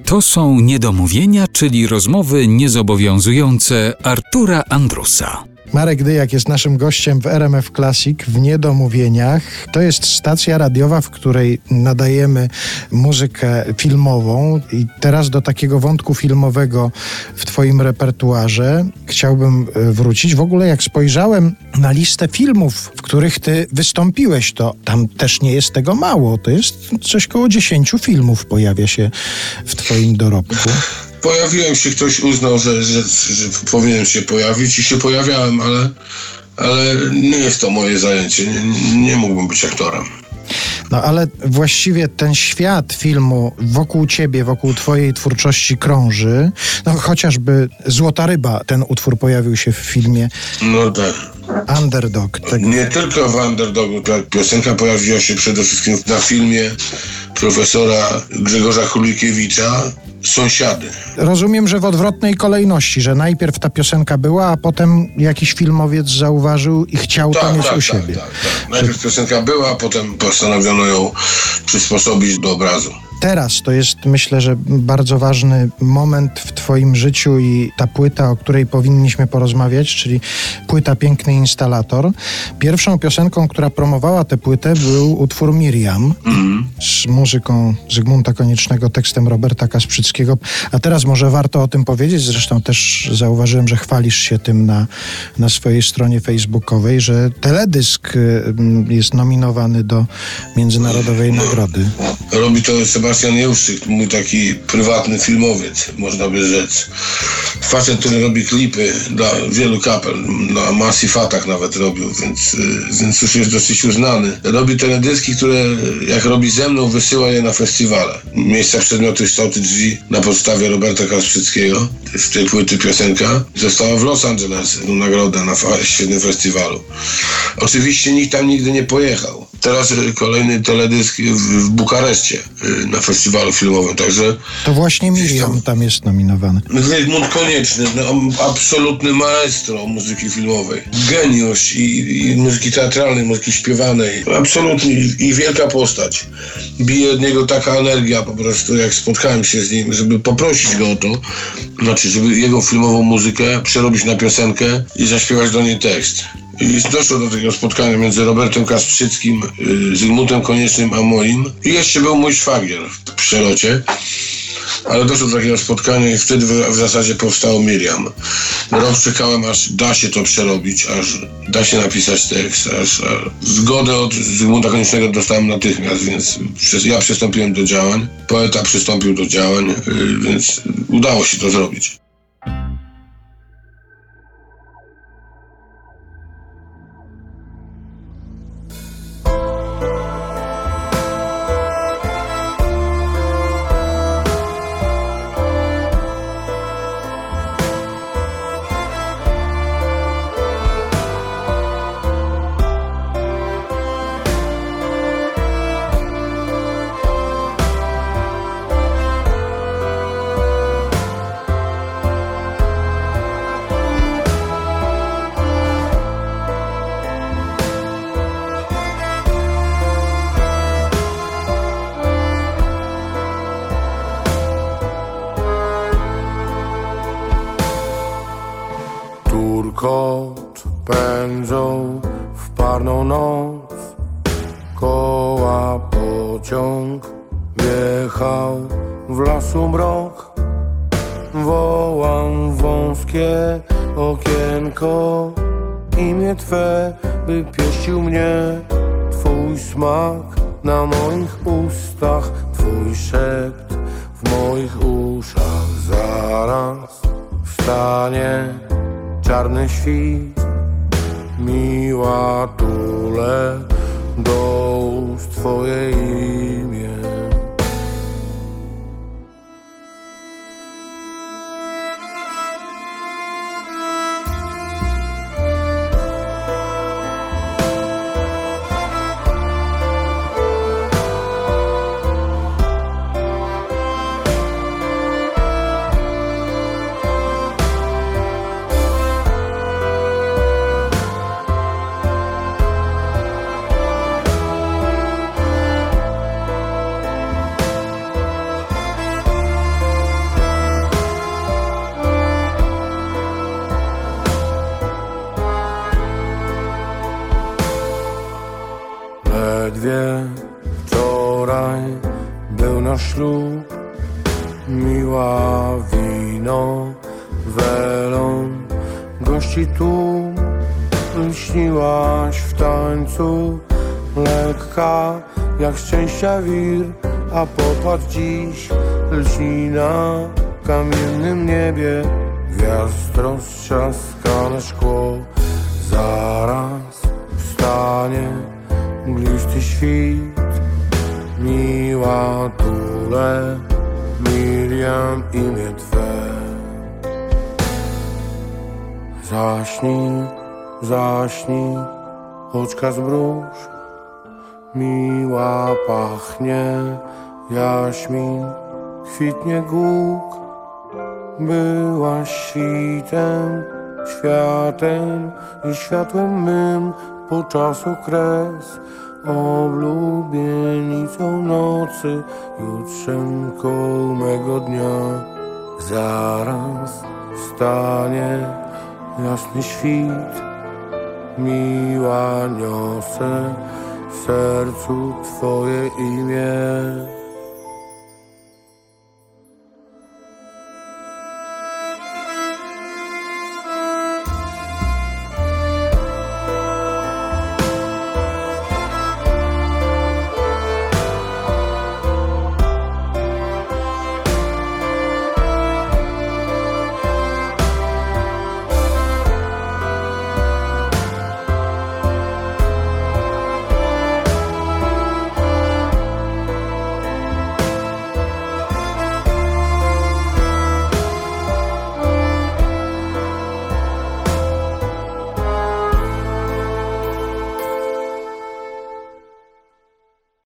To są niedomówienia, czyli rozmowy niezobowiązujące Artura Andrusa. Marek Dyjak jest naszym gościem w RMF Classic w Niedomówieniach. To jest stacja radiowa, w której nadajemy muzykę filmową i teraz do takiego wątku filmowego w twoim repertuarze chciałbym wrócić. W ogóle jak spojrzałem na listę filmów, w których ty wystąpiłeś, to tam też nie jest tego mało. To jest coś koło 10 filmów pojawia się w twoim dorobku. Pojawiłem się, ktoś uznał, że powinienem się pojawić i się pojawiałem, ale nie jest to moje zajęcie. Nie mógłbym być aktorem. No ale właściwie ten świat filmu wokół ciebie, wokół twojej twórczości krąży. No chociażby Złota Ryba, ten utwór pojawił się w filmie. No tak. Underdog. Tak. Nie tylko w Underdogu. Ta piosenka pojawiła się przede wszystkim na filmie profesora Grzegorza Chulikiewicza Sąsiady. Rozumiem, że w odwrotnej kolejności, że najpierw ta piosenka była, a potem jakiś filmowiec zauważył i chciał to mieć u siebie. Tak. Najpierw piosenka była, a potem postanowiono ją przysposobić do obrazu. Teraz to jest, myślę, że bardzo ważny moment w twoim życiu i ta płyta, o której powinniśmy porozmawiać, czyli płyta Piękny Instalator. Pierwszą piosenką, która promowała tę płytę, był utwór Miriam z muzyką Zygmunta Koniecznego, tekstem Roberta Kasprzyckiego. A teraz może warto o tym powiedzieć, zresztą też zauważyłem, że chwalisz się tym na swojej stronie facebookowej, że teledysk jest nominowany do Międzynarodowej Nagrody. Robi to Sebastian Jełszczyk, mój taki prywatny filmowiec, można by rzec. Facet, który robi klipy dla wielu kapel, na Massive Attack nawet robił, więc już jest dosyć uznany. Robi teledyski, które jak robi ze mną, wysyła je na festiwale. Miejsca, przedmioty, kształty, drzwi na podstawie Roberta Kasprzyckiego. Z tej płyty piosenka została w Los Angeles nagroda na świetnym festiwalu. Oczywiście nikt tam nigdy nie pojechał. Teraz kolejny teledysk w Bukareszcie na festiwalu filmowym, także... To właśnie Miriam tam jest nominowany. Zygmunt Konieczny, absolutny maestro muzyki filmowej. Geniusz i muzyki teatralnej, muzyki śpiewanej. Absolutnie i wielka postać. Bije od niego taka energia po prostu, jak spotkałem się z nim, żeby poprosić go o to, znaczy, żeby jego filmową muzykę przerobić na piosenkę i zaśpiewać do niej tekst. I doszło do takiego spotkania między Robertem Kasprzyckim, Zygmuntem Koniecznym a moim. I jeszcze był mój szwagier w przelocie. Ale doszło do takiego spotkania i wtedy w zasadzie powstało Miriam. Rok czekałem, aż da się to przerobić, aż da się napisać tekst, aż zgodę od Zygmunta Koniecznego dostałem natychmiast, więc ja przystąpiłem do działań. Poeta przystąpił do działań, więc udało się to zrobić. Turkot pędzą w parną noc, koła pociąg wjechał w lasu mrok. Wołam wąskie okienko, imię Twe, by pieścił mnie Twój smak na moich ustach, Twój szept w moich uszach. Zaraz wstanie czarny świt, miła tule do ust Twoje imię. na ślub. Miła wino, welon, gości tłum. Lśniłaś w tańcu, lekka jak szczęścia wir. A popatrz dziś, lśni na kamiennym niebie. Gwiazd roztrzaskane szkło. Zaraz wstanie mglisty świt. Miła tule, Miriam, imię Twe. Zaśnij, zaśnij, oczka zmruż. Miła pachnie jaśmin, kwitnie głuk. Byłaś świtem, światem i światłem mym po czasu kres. Oblubienicą nocy, jutrzenką mego dnia. Zaraz stanie jasny świt. Miła, niosę w sercu Twoje imię.